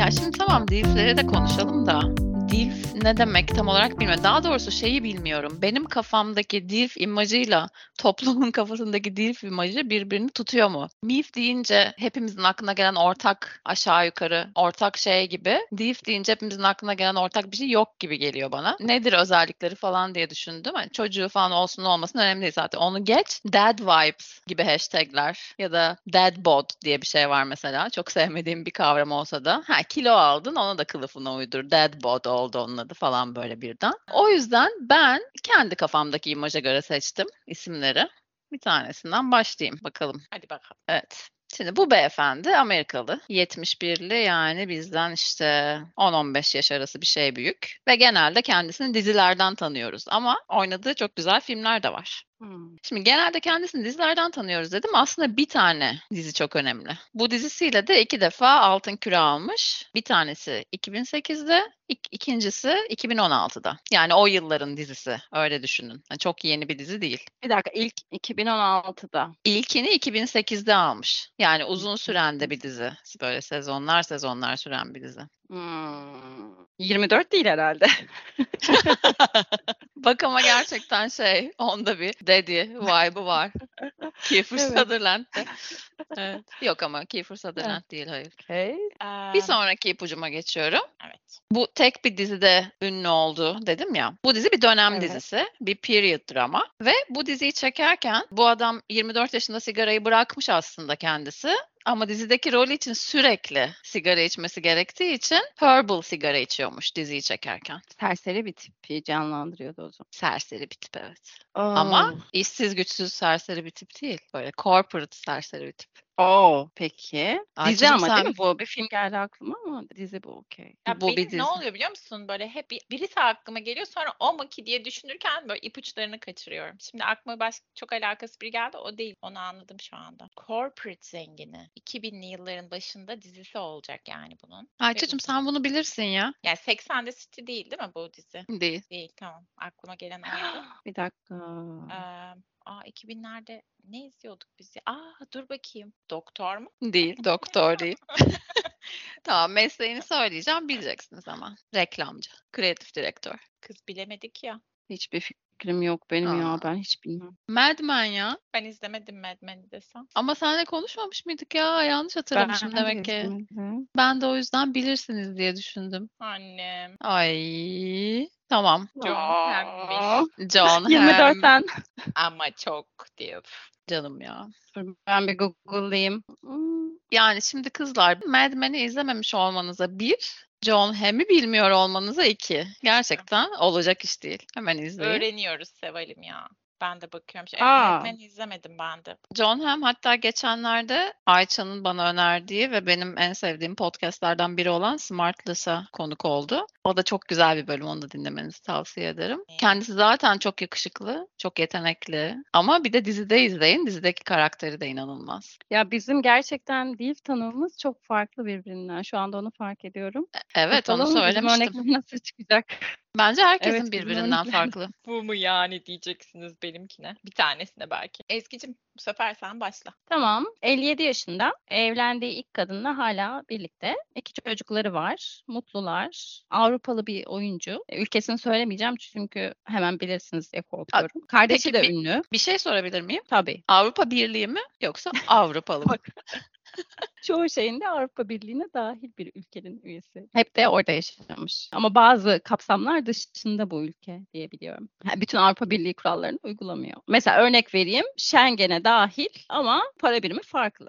Ya şimdi tamam DILF'leri de konuşalım da DILF ne demek tam olarak bilmiyorum. Daha doğrusu şeyi bilmiyorum. Benim kafamdaki DILF imajıyla toplumun kafasındaki DILF imajı birbirini tutuyor mu? MILF deyince hepimizin aklına gelen ortak aşağı yukarı ortak şey gibi. DILF deyince hepimizin aklına gelen ortak bir şey yok gibi geliyor bana. Nedir özellikleri falan diye düşündüm. Hani çocuğu falan olsun olmasın önemli değil zaten. Onu geç. Dad vibes gibi hashtagler ya da dad bod diye bir şey var mesela. Çok sevmediğim bir kavram olsa da. Ha kilo aldın ona da kılıfına uydur. Dad bod oldu onun adı falan böyle birden. O yüzden ben kendi kafamdaki imaja göre seçtim isimleri. Bir tanesinden başlayayım bakalım. Hadi bakalım. Evet. Şimdi bu beyefendi Amerikalı. 71'li yani bizden işte 10-15 yaş arası bir şey büyük. Ve genelde kendisini dizilerden tanıyoruz. Ama oynadığı çok güzel filmler de var. Şimdi genelde kendisini dizilerden tanıyoruz dedim. Aslında bir tane dizi çok önemli. Bu dizisiyle de 2 defa Altın Küre almış. Bir tanesi 2008'de, ikincisi 2016'da. Yani o yılların dizisi. Öyle düşünün. Yani çok yeni bir dizi değil. Bir dakika ilk 2016'da. İlkini 2008'de almış. Yani uzun süren de bir dizi. Böyle sezonlar süren bir dizi. 24 değil herhalde. Bak ama gerçekten onda bir daddy vibe'ı var. Kiefer Evet. Sutherland'de. Evet. Yok ama Kiefer Sutherland değil, hayır. Okay. Bir sonraki ipucuma geçiyorum. Evet. Bu tek bir dizide ünlü oldu dedim ya. Bu dizi bir dönem Evet. dizisi. Bir period drama. Ve bu diziyi çekerken bu adam 24 yaşında sigarayı bırakmış aslında kendisi. Ama dizideki rolü için sürekli sigara içmesi gerektiği için herbal sigara içiyormuş diziyi çekerken. Serseri bir tipi canlandırıyordu o zaman. Serseri bir tip, evet. Ama işsiz güçsüz serseri bir tip değil. Böyle corporate serseri bir tip. Peki. Dizi Ayça'cığım ama değil sen mi bu? Bir film geldi aklıma ama dizi bu okey. Ya bu bir benim ne dizi. oluyor biliyor musun? Böyle hep birisi aklıma geliyor sonra o mu ki diye düşünürken böyle ipuçlarını kaçırıyorum. Şimdi aklıma çok alakası biri geldi o değil. Onu anladım şu anda. Corporate Zengini. 2000'li yılların başında dizisi olacak yani bunun. Ayça'cığım sen bunu bilirsin ya. Yani 80 City değil mi bu dizi? Değil. Değil, tamam. Aklıma gelen oydu. Bir dakika. 2000'lerde ne izliyorduk biz ya? Dur bakayım. Doktor mu? Değil. Doktor değil. Tamam, mesleğini söyleyeceğim bileceksiniz ama. Reklamcı. Kreatif direktör. Kız bilemedik ya. Hiçbir fikrim yok benim ya. Aa. Ben hiç bilmem. Mad Men ya. Ben izlemedim Mad Men'i desem. Ama seninle konuşmamış mıydık ya? Yanlış hatırlamışım Ben de demek ki. izlemedim. Ben de o yüzden bilirsiniz diye düşündüm. Annem. Ay. Tamam. John Aa. Hamm'miş. John Hamm. 24'ten. Ama çok diyor. Canım ya. Dur ben bir Google'layayım. Yani şimdi kızlar Mad Men'i izlememiş olmanıza 1, John Hamm'i bilmiyor olmanıza 2. Gerçekten olacak iş değil. Hemen izleyin. Öğreniyoruz Seval'im ya. Ben de bakıyorum. Mad Men'i izlemedim ben de. John Hamm hatta geçenlerde Ayça'nın bana önerdiği ve benim en sevdiğim podcastlardan biri olan Smartless'a konuk oldu. O da çok güzel bir bölüm. Onu da dinlemenizi tavsiye ederim. Kendisi zaten çok yakışıklı, çok yetenekli. Ama bir de dizide izleyin. Dizideki karakteri de inanılmaz. Ya bizim gerçekten dil tanımımız çok farklı birbirinden. Şu anda onu fark ediyorum. Evet, onu Bakalım bizim söylemiştim. örnekler nasıl çıkacak? Bence herkesin Evet, bizim birbirinden örnekler. farklı. Bu mu yani diyeceksiniz benimkine. Bir tanesine belki. Ezgi'cim bu sefer sen başla. Tamam. 57 yaşında. Evlendiği ilk kadınla hala birlikte. 2 çocukları var. Mutlular. Avrupalı bir oyuncu. Ülkesini söylemeyeceğim çünkü hemen bilirsiniz diye korkuyorum. Kardeşi Peki, de ünlü. Bir şey sorabilir miyim? Tabii. Avrupa Birliği mi yoksa Avrupalı mı? Çoğu şeyinde Avrupa Birliği'ne dahil bir ülkenin üyesi. Hep de orada yaşamış. Ama bazı kapsamlar dışında bu ülke diye biliyorum. Bütün Avrupa Birliği kurallarını uygulamıyor. Mesela örnek vereyim. Schengen'e dahil ama para birimi farklı.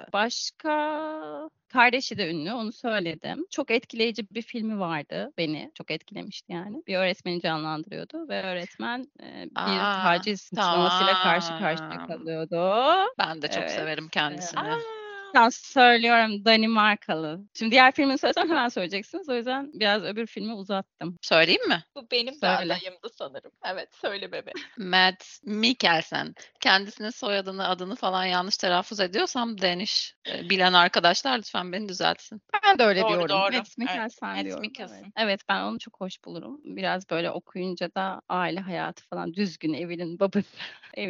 Başka kardeşi de ünlü, onu söyledim. Çok etkileyici bir filmi vardı beni. Çok etkilemişti yani. Bir öğretmeni canlandırıyordu ve öğretmen bir taciz suçlamasıyla karşı karşıya Tamam. kalıyordu. Ben de çok severim kendisini. Ben söylüyorum Danimarkalı. Şimdi diğer filmini söylesem hemen söyleyeceksiniz. O yüzden biraz öbür filmi uzattım. Söyleyeyim mi? Bu benim de Söyle. adayımdı sanırım. Evet söyle bebe. Matt Mikkelsen. Kendisinin soyadını, adını falan yanlış telaffuz ediyorsam Danish bilen arkadaşlar lütfen beni düzeltsin. Ben de öyle Doğru, diyorum. doğru. Mads Mikkelsen Evet, Mads diyorum. Mikkelsen. Evet, ben onu çok hoş bulurum. Biraz böyle okuyunca da aile hayatı falan düzgün, evinin babası, evinde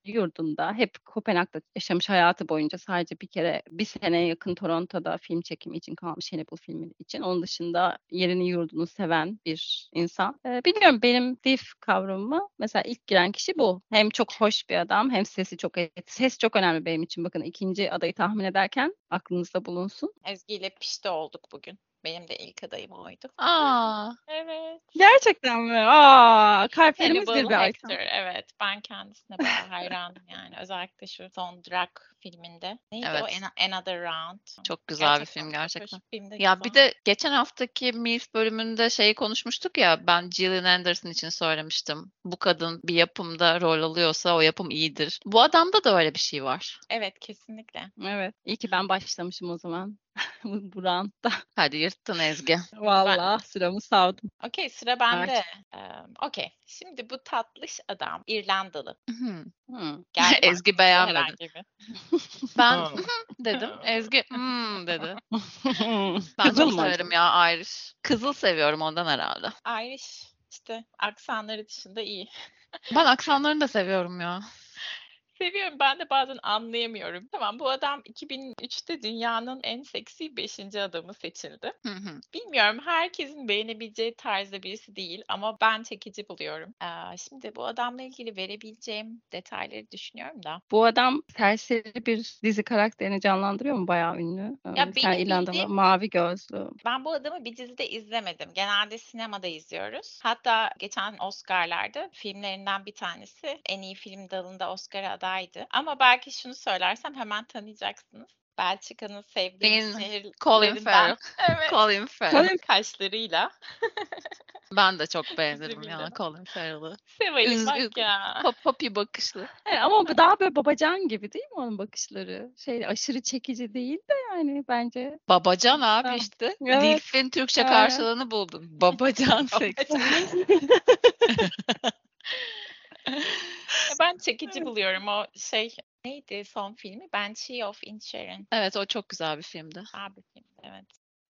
yurdunda hep Kopenhag'da yaşamış hayatı boyunca sadece bir seneye yakın Toronto'da film çekimi için kalmış Hannibal filmi için. Onun dışında yerini yurdunu seven bir insan. Bilmiyorum benim DILF kavramıma mesela ilk giren kişi bu. Hem çok hoş bir adam hem ses çok önemli benim için. Bakın ikinci adayı tahmin ederken aklınızda bulunsun. Ezgi ile pişti olduk bugün. Benim de ilk adayım oydu. Aa, Evet. Gerçekten mi? Kalplerimiz Hannibal bir Lecter. Ayten. Evet. Ben kendisine bayağı hayranım yani. Özellikle şu son Drag filminde. Neydi o? evet. Another Round. Çok güzel bir film Çok hoş. gerçekten. Film de Ya bir güzel. de geçen haftaki MILF bölümünde şeyi konuşmuştuk ya, ben Gillian Anderson için söylemiştim. Bu kadın bir yapımda rol alıyorsa o yapım iyidir. Bu adamda da öyle bir şey var. Evet, kesinlikle. Evet. İyi ki ben başlamışım o zaman. Bu roundda. Hadi yırttın Ezgi. Vallahi sıramı savdım. Okey, sıra bende. Artık. Okey. Şimdi bu tatlış adam İrlandalı. Mhm. Geldi mi Ezgi aklınıza beğenmedi. herhangi bir? Ben Hmm. dedim. Ezgi dedi. Ben Kızıl çok mı severim acaba? ya Irish. Kızıl seviyorum ondan herhalde. Irish işte aksanları dışında iyi. Ben aksanlarını da seviyorum ya. Seviyorum. Ben de bazen anlayamıyorum. Tamam, bu adam 2003'te dünyanın en seksi 5. adamı seçildi. Hı hı. Bilmiyorum, herkesin beğenebileceği tarzda birisi değil ama ben çekici buluyorum. Şimdi bu adamla ilgili verebileceğim detayları düşünüyorum da. Bu adam serseri bir dizi karakterini canlandırıyor mu? Bayağı ünlü. Ya Bir tane benim İrlandalı, bildiğim mavi gözlü. ben bu adamı bir dizide izlemedim. Genelde sinemada izliyoruz. Hatta geçen Oscar'larda filmlerinden bir tanesi en iyi film dalında Oscar'a adaydı. Ama belki şunu söylersem hemen tanıyacaksınız. Belçika'nın sevdiğimiz Colin Farrell. şehirlerinden. Evet. Colin Farrell. Kaşlarıyla. Ben de çok beğenirim Bizi ya bildi. Colin Farrell'ı. Sevelim bak ya. Poppy bakışlı. Ama bu daha böyle babacan gibi değil mi onun bakışları? Aşırı çekici değil de yani bence. Babacan abi Tamam. işte. Evet. Dilf'in Türkçe Aynen. karşılığını buldun. Babacan seksi. Ben çekici buluyorum o neydi son filmi? Banshee of Inisherin. Evet, o çok güzel bir filmdi. Abi filmdi, evet.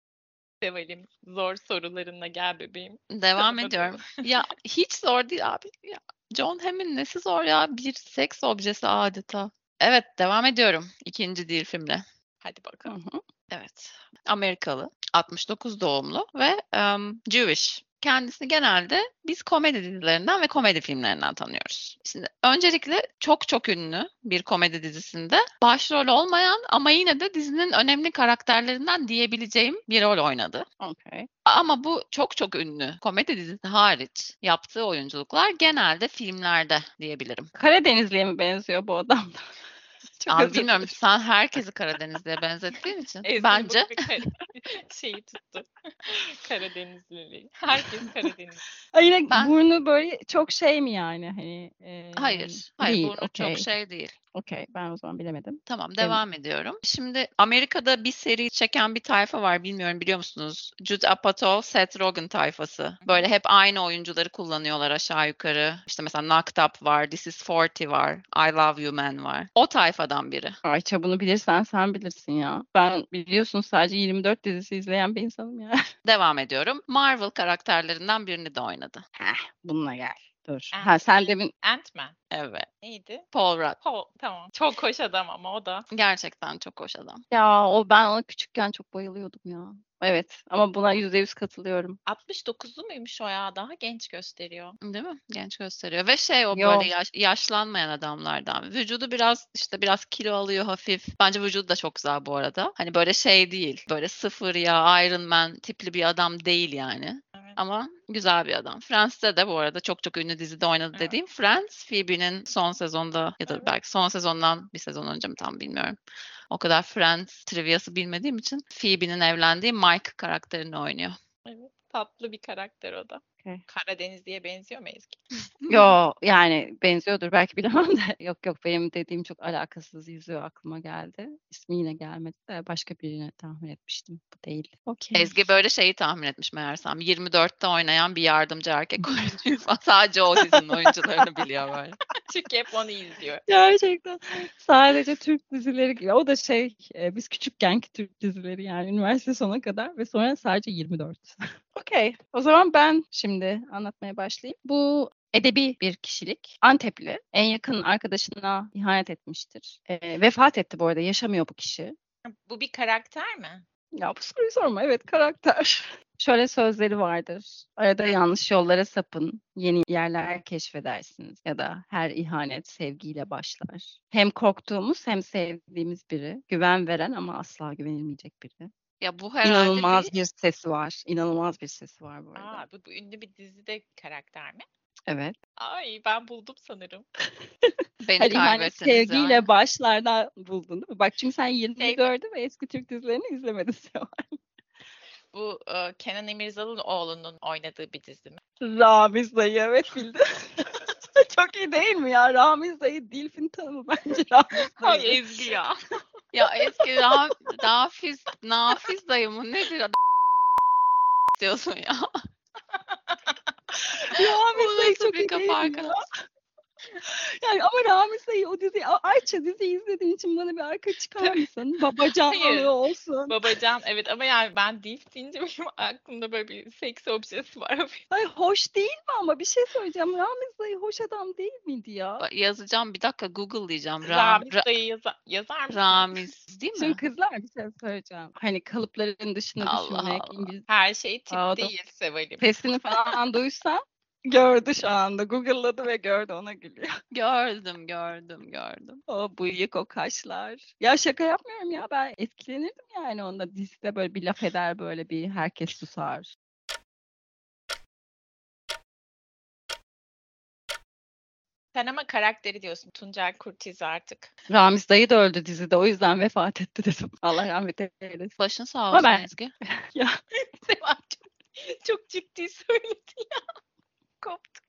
Sevelim. Zor sorularınla gel bebeğim. Devam Tanımadığım. ediyorum. Ya hiç zor değil abi. Ya, John Hamm'in nesi zor ya? Bir seks objesi adeta. Evet, devam ediyorum. İkinci Dilf'imle. Hadi Hı bakalım. hı. Evet. Amerikalı, 69 doğumlu ve Jewish. Kendisini genelde biz komedi dizilerinden ve komedi filmlerinden tanıyoruz. Şimdi öncelikle çok çok ünlü bir komedi dizisinde başrol olmayan ama yine de dizinin önemli karakterlerinden diyebileceğim bir rol oynadı. Okay. Ama bu çok çok ünlü komedi dizisi hariç yaptığı oyunculuklar genelde filmlerde diyebilirim. Karadenizli'ye mi benziyor bu adam da? Çok Abi özür bilmiyorum, dilerim. sen herkesi Karadenizli'ye benzettiğin için Ezgi bence bugün şeyi tuttu. Karadenizliliği. Herkes Karadeniz. Yine ben burnu böyle çok mi yani hani hayır değil. burnu çok şey değil. Okey. Ben o zaman bilemedim. Tamam, Benim devam ediyorum. Şimdi Amerika'da bir seri çeken bir tayfa var. Bilmiyorum, biliyor musunuz? Judd Apatow, Seth Rogen tayfası. Böyle hep aynı oyuncuları kullanıyorlar aşağı yukarı. İşte mesela Knocked Up var, This is 40 var, I Love You Man var. O tayfadan biri. Ayça bunu bilirsen sen bilirsin ya. Ben biliyorsun sadece 24 dizisi izleyen bir insanım ya. Devam ediyorum. Marvel karakterlerinden birini de oynadı. Bununla gel. Dur. Ant- Sen demin Ant-Man. Evet. Neydi? Paul Rudd. Tamam. Çok hoş adam ama o da. Gerçekten çok hoş adam. ben ona küçükken çok bayılıyordum ya. Evet ama buna %100 katılıyorum. 69'lu muymuş o ya? Daha genç gösteriyor. Değil mi? Genç gösteriyor. Ve o Yo. böyle yaşlanmayan adamlardan. Vücudu biraz kilo alıyor hafif. Bence vücudu da çok güzel bu arada. Hani böyle şey değil. Böyle sıfır ya Iron Man tipli bir adam değil yani. Evet. Ama güzel bir adam. Friends'te de bu arada çok çok ünlü dizide oynadı Evet. dediğim Friends, Phoebe'nin son sezonda ya da Evet. belki son sezondan bir sezon önce mi tam bilmiyorum. O kadar Friends triviası bilmediğim için Phoebe'nin evlendiği Mike karakterini oynuyor. Evet. Tatlı bir karakter o da. Okay. Karadenizli'ye benziyor mu Ezgi? Yo yani benziyordur belki bilemem de. Yok benim dediğim çok alakasız yüzüğü aklıma geldi. İsmi yine gelmedi de başka birini tahmin etmiştim. Bu değil. Okay. Ezgi böyle şeyi tahmin etmiş meğersem. 24'te oynayan bir yardımcı erkek oyuncuyu falan. Sadece o dizinin oyuncularını biliyor böyle. Çünkü hep onu izliyor. Gerçekten sadece Türk dizileri gibi. O da biz küçükkenki Türk dizileri yani üniversite sona kadar ve sonra sadece 24. Okey. O zaman ben şimdi anlatmaya başlayayım. Bu edebi bir kişilik. Antepli. En yakın arkadaşına ihanet etmiştir. Vefat etti bu arada. Yaşamıyor bu kişi. Bu bir karakter mi? Ya bu soruyu sorma. Evet, karakter. Şöyle sözleri vardır. Arada yanlış yollara sapın, yeni yerler keşfedersiniz. Ya da her ihanet sevgiyle başlar. Hem korktuğumuz hem sevdiğimiz biri. Güven veren ama asla güvenilmeyecek biri. Ya bu herhalde İnanılmaz bir sesi var. İnanılmaz bir sesi var bu arada. Bu ünlü bir dizide karakter mi? Evet. Ay ben buldum sanırım. beni Her ihanet kaybettiniz sevgiyle yani. başlardan buldun değil mi? Bak çünkü sen 20'li Şey- gördün ve eski Türk dizilerini izlemedin Seval. Bu Kenan İmirzalıoğlu'nun oğlunun oynadığı bir dizi mi? Ramiz dayı, evet bildin. Çok iyi değil mi ya? Ramiz dayı Dilf'in tanımı bence Ramiz dayı. Ay Ezgi ya. Ya eski Nafiz dayı mı nedir diyorsun ya. Ramiz Bu dayı nasıl çok bir iyi kafa değil mi ya? arkadaş? Yani ama Ramiz dayı o diziyi, Ayça diziyi izlediğin için bana bir arka çıkar mısın? Babacan Hayır. balığı olsun. Babacan evet ama yani ben Dilf deyince benim aklımda böyle bir seks objesi var. Ay hoş değil mi ama bir şey söyleyeceğim. Ramiz dayı hoş adam değil miydi ya? Yazacağım bir dakika Google'layacağım. Ramiz dayı yazar mısın? Ramiz değil Şimdi mi? kızlar bir şey söyleyeceğim. Hani kalıpların dışına Allah düşünmek, Allah. İngiliz Her şey tip Aa, değil Seval'im. sesini falan duysa gördü şu anda. Google'ladı ve gördü, ona gülüyor. Gördüm. O bıyık, o kaşlar. Ya şaka yapmıyorum ya, ben etkilenirdim yani onunla. Dizide böyle bir laf eder, böyle bir herkes susar. Sen ama karakteri diyorsun. Tuncel Kurtiz artık. Ramiz dayı da öldü dizide, o yüzden vefat etti dedim. Allah rahmet eylesin. Başın sağ Ama olsun ben Ezgi. ya Seval çok ciddi söyledi ya. Koptu.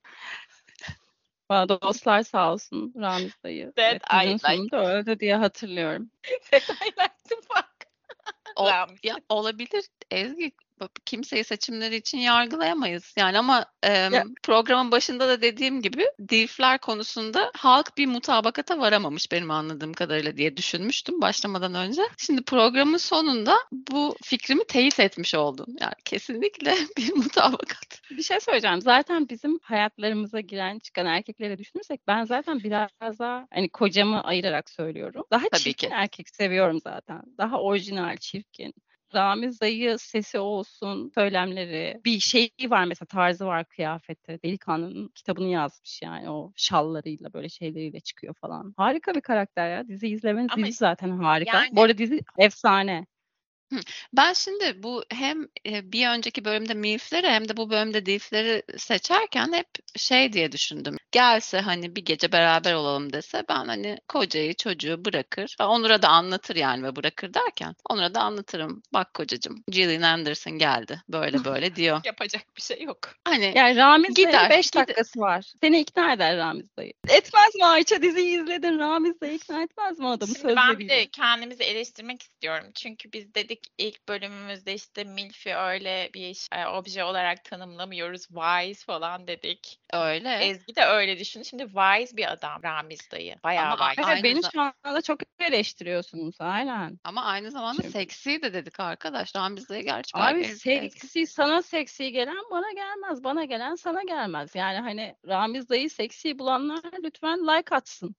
bana dostlar sağ olsun Ramiz dayı. That Evet, I dizinin like. sonunda öldü diye hatırlıyorum. That I like the fuck. Ramiz. Ya olabilir Ezgi. Kimseyi seçimleri için yargılayamayız. Yani ama Ya- programın başında da dediğim gibi Dilfler konusunda halk bir mutabakata varamamış benim anladığım kadarıyla diye düşünmüştüm başlamadan önce. Şimdi programın sonunda bu fikrimi teyit etmiş oldum. Yani kesinlikle bir mutabakat. Bir şey söyleyeceğim. Zaten bizim hayatlarımıza giren çıkan erkeklere düşünürsek, ben zaten biraz daha hani kocamı ayırarak söylüyorum. Daha Tabii çirkin ki. erkek seviyorum zaten. Daha orijinal, çirkin. Ramiz dayı sesi olsun, söylemleri, bir şey var mesela, tarzı var, kıyafeti. Delikanlının kitabını yazmış yani, o şallarıyla böyle şeyleriyle çıkıyor falan. Harika bir karakter ya. Dizi izlemeniz, Ama dizi zaten harika. yani Bu arada dizi efsane. Ben şimdi bu hem bir önceki bölümde MILF'leri hem de bu bölümde DILF'leri seçerken hep şey diye düşündüm. Gelse hani bir gece beraber olalım dese ben hani kocayı çocuğu bırakır. Onur'a da anlatır yani ve bırakır derken Onur'a da anlatırım. Bak kocacığım Gillian Anderson geldi böyle böyle diyor. yapacak bir şey yok. Hani Yani Ramiz dayı gider 5 dakikası var. Seni ikna eder Ramiz dayı. Etmez mi Ayça, diziyi izledin? Ramiz dayı ikna etmez mi adamı Şimdi ben bir sözleriyle? de kendimizi eleştirmek istiyorum. Çünkü biz dedik ilk bölümümüzde işte MILF'i öyle bir obje olarak tanımlamıyoruz. Wise falan dedik. öyle Ezgi de öyle düşün. Şimdi wise bir adam Ramiz dayı. Bayağı ama wise. Evet, beni şu anda çok eleştiriyorsunuz. Aynen. aynı zamanda Şimdi- seksi de dedik arkadaş. Ramiz'le gerçi Abi belki Ezgi. seksi, sana seksi gelen bana gelmez. Bana gelen sana gelmez. Yani hani Ramiz dayı seksi bulanlar lütfen like atsın.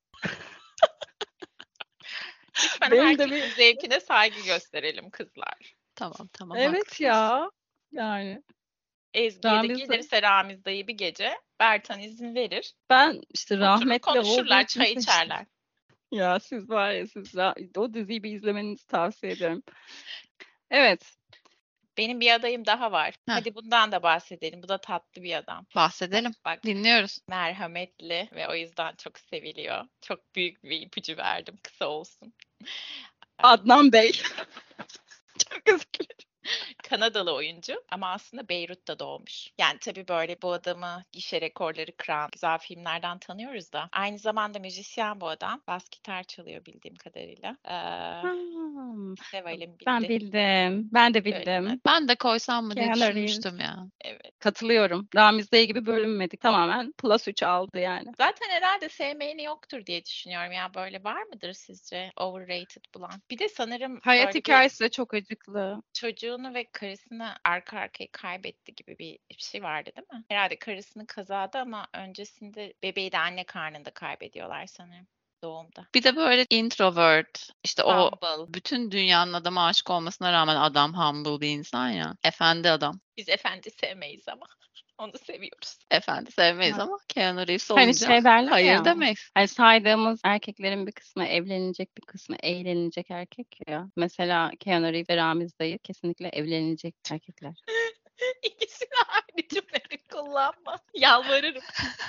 Lütfen Benim de herkesin zevkine saygı gösterelim kızlar. Tamam Evet haklısınız. ya. Yani Ezgi'ye de Ramiz dayı. gelirse Ramiz dayı bir gece Bertan izin verir. Ben işte Oturur rahmetli olduğu konuşurlar, için çay seçtim. içerler. Ya siz var ya, o diziyi bir izlemenizi tavsiye ederim. Evet. Benim bir adayım daha var. Heh. Hadi bundan da bahsedelim. Bu da tatlı bir adam. Bahsedelim. Bak Dinliyoruz. merhametli ve o yüzden çok seviliyor. Çok büyük bir ipucu verdim. Kısa olsun. Adnan Bey. Çok özür dilerim. Kanadalı oyuncu ama aslında Beyrut'ta doğmuş. Yani tabii böyle bu adamı gişe rekorları kıran güzel filmlerden tanıyoruz da. Aynı zamanda müzisyen bu adam. Bas gitar çalıyor bildiğim kadarıyla. Ha, Seval'in bildi. Ben bildim. Ben de Öyle bildim. mi? Ben de koysam mı diye Keanu Reeves. düşünmüştüm ya. Evet. Katılıyorum. Ramiz Dayı gibi bölünmedik. Tamamen plus 3 aldı yani. Zaten herhalde sevmeyeni yoktur diye düşünüyorum ya. Böyle var mıdır sizce overrated bulan? Bir de sanırım Hayat böyle bir hikayesi de çok acıklı. çocuğunu ve karısını arka arkaya kaybetti gibi bir şey vardı değil mi? Herhalde karısını kazada ama öncesinde bebeği de anne karnında kaybediyorlar sanırım doğumda. Bir de böyle introvert, işte o Humble. bütün dünyanın adama aşık olmasına rağmen adam humble bir insan ya. Efendi adam. Biz efendi sevmeyiz ama onu seviyoruz. Efendi sevmeyiz Ha. ama Keanu Reeves Hani olunca şey derler hayır ya. demeyiz. Hani saydığımız erkeklerin bir kısmı evlenecek, bir kısmı eğlenecek erkek ya. Mesela Keanu Reeves ve Ramiz Dayı kesinlikle evlenecek erkekler. İkisini aynı cümleleri kullanma. Yalvarırım.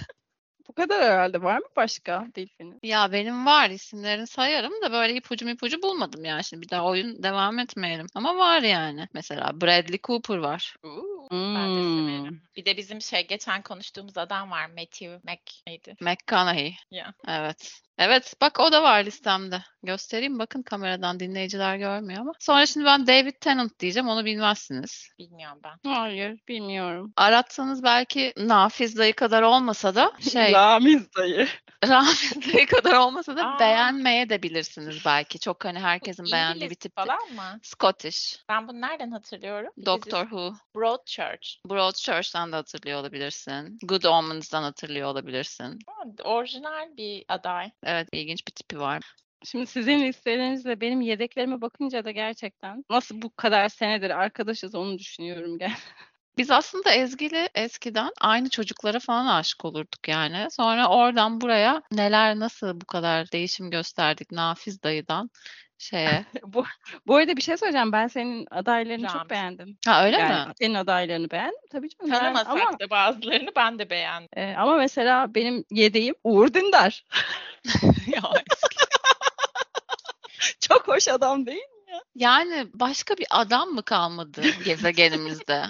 Bu kadar herhalde. Var mı başka Dilfin'in? Ya benim var, isimlerini sayarım da böyle ipucu bulmadım yani, şimdi bir daha oyun devam etmeyelim. Ama var yani. Mesela Bradley Cooper var. Ben de severim. Bir de bizim geçen konuştuğumuz adam var. Matthew neydi? McConaughey. Ya. Evet. Evet, bak o da var listemde. Göstereyim, bakın kameradan, dinleyiciler görmüyor ama. Sonra şimdi ben David Tennant diyeceğim, onu bilmezsiniz. Bilmiyorum ben. Hayır, bilmiyorum. Aratsanız belki Nafiz Dayı kadar olmasa da Ramiz Dayı. Ramiz Dayı kadar olmasa da Aa. beğenmeye de bilirsiniz belki. Çok hani herkesin beğendiği bir İngiliz tip. falan mı? Scottish. Ben bunu nereden hatırlıyorum? Bir Doctor dizisi- Who. Broadchurch. Broadchurch'tan da hatırlıyor olabilirsin. Good Omens'dan hatırlıyor olabilirsin. Orijinal bir aday. Evet, ilginç bir tipi var. Şimdi sizin listelerinizle benim yedeklerime bakınca da gerçekten nasıl bu kadar senedir arkadaşız onu düşünüyorum gel. Biz aslında Ezgi'yle eskiden aynı çocuklara falan aşık olurduk yani. Sonra oradan buraya neler, nasıl bu kadar değişim gösterdik Nafiz Dayı'dan şeye. Bu arada bir şey söyleyeceğim. Ben senin adaylarını çok Ramiz. beğendim. Ha öyle Yani mi? senin adaylarını beğendim. Tabii canım. Tanımasak Ama da bazılarını ben de beğendim. ama mesela benim yedeğim Uğur Dündar. Ya Çok hoş adam değil mi? yani başka bir adam mı kalmadı gezegenimizde?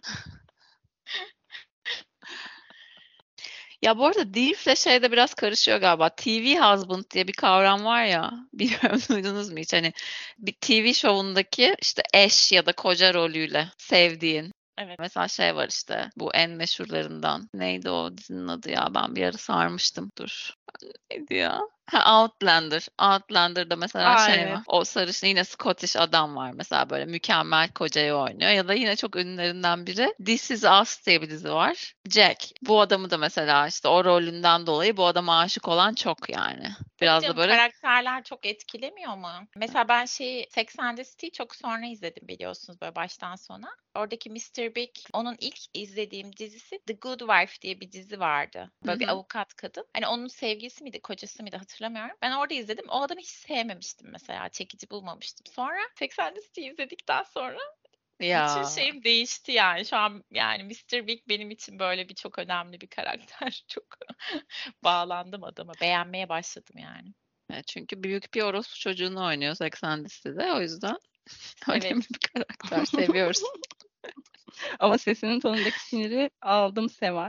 Ya bu arada Dilf'le şey de biraz karışıyor galiba. TV husband diye bir kavram var ya. Bilmiyorum, duydunuz mu hiç? Hani bir TV şovundaki işte eş ya da koca rolüyle sevdiğin. Evet. Mesela şey var işte, bu en meşhurlarından. Neydi o dizinin adı ya? Ben bir ara sarmıştım. Dur. Neydi ya? Ha, Outlander. Outlander'da mesela Aa, şey evet. var. O sarışın yine Scottish adam var mesela, böyle mükemmel kocayı oynuyor. Ya da yine çok ünlülerinden biri This Is Us diye bir dizi var. Jack. Bu adamı da mesela işte o rolünden dolayı bu adama aşık olan çok yani. Biraz Tabii da canım, böyle karakterler çok etkilemiyor mu? Mesela ben Sex and the City'yi çok sonra izledim biliyorsunuz böyle baştan sona. Oradaki Mr. Big, onun ilk izlediğim dizisi The Good Wife diye bir dizi vardı. Böyle bir Hı hı. avukat kadın. Hani onun sevgilisi miydi, kocası mıydı hatırlamıyorum. Ben orada izledim. O adamı hiç sevmemiştim mesela. Çekici bulmamıştım. Sonra Sex and the City'yi izledikten sonra bütün ya şeyim değişti yani. Şu an yani Mr. Big benim için böyle bir çok önemli bir karakter. Çok bağlandım adama. Beğenmeye başladım yani. çünkü büyük bir orospu çocuğunu oynuyor Sex and the City'de, o yüzden Evet. önemli bir karakter, seviyoruz. Ama sesinin tonundaki siniri aldım Seval.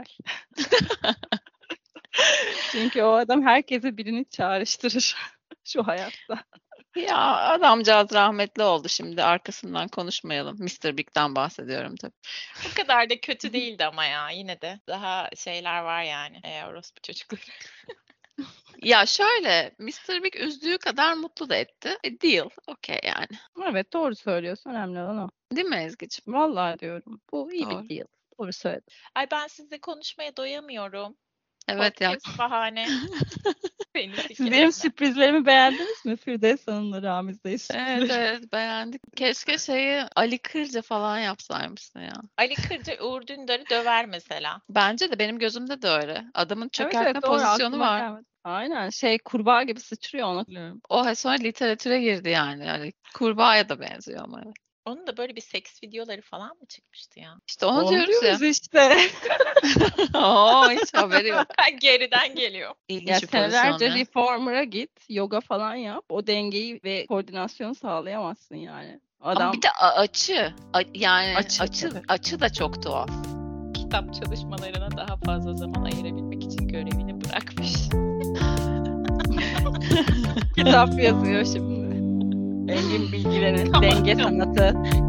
Çünkü o adam herkese birini çağrıştırır şu hayatta. Ya adamcağız rahmetli oldu, şimdi arkasından konuşmayalım. Mr. Big'den bahsediyorum tabii. Bu kadar da kötü değildi ama ya yine de daha şeyler var yani. Orospu çocukları. Ya şöyle, Mr. Big üzdüğü kadar mutlu da etti. Deal. Okey yani. Evet doğru söylüyorsun. Önemli olan o. Değil mi Ezgi'ciğim? Vallahi diyorum. Bu iyi Doğru. bir deal. Doğru söyledin. Ay ben sizle konuşmaya doyamıyorum. Evet ya. Podcast bahane. Beni Siz sikeyim. benim sürprizlerimi beğendiniz mi? Firdevs Hanım'la Ramiz Bey Evet sürprizleri. evet, beğendik. Keşke şeyi Ali Kırca falan yapsaymışsın ya. Ali Kırca Uğur Dündar'ı döver mesela. Bence de, benim gözümde de öyle. Adamın Evet çökertme evet doğru pozisyonu aklıma var. gelmedi. Aynen kurbağa gibi sıçrıyor onu hatırlıyorum. O sonra literatüre girdi yani. Yani kurbağaya da benziyor ama. Evet. Onun da böyle bir seks videoları falan mı çıkmıştı ya? İşte onu diyoruz ya. işte. Oo, hiç haberi yok. Geriden geliyor. İlginç Ya bir pozisyon senelerce ya. reformer'a git, yoga falan yap. O dengeyi ve koordinasyonu sağlayamazsın yani. Ama Adam bir de açı. Yani Açı, açı evet. da çok tuhaf. Kitap çalışmalarına daha fazla zaman ayırabilmek için görevini bırakmış. kitap yazıyor şimdi. Engin bilgilerin Tamam, denge tamam. sanatı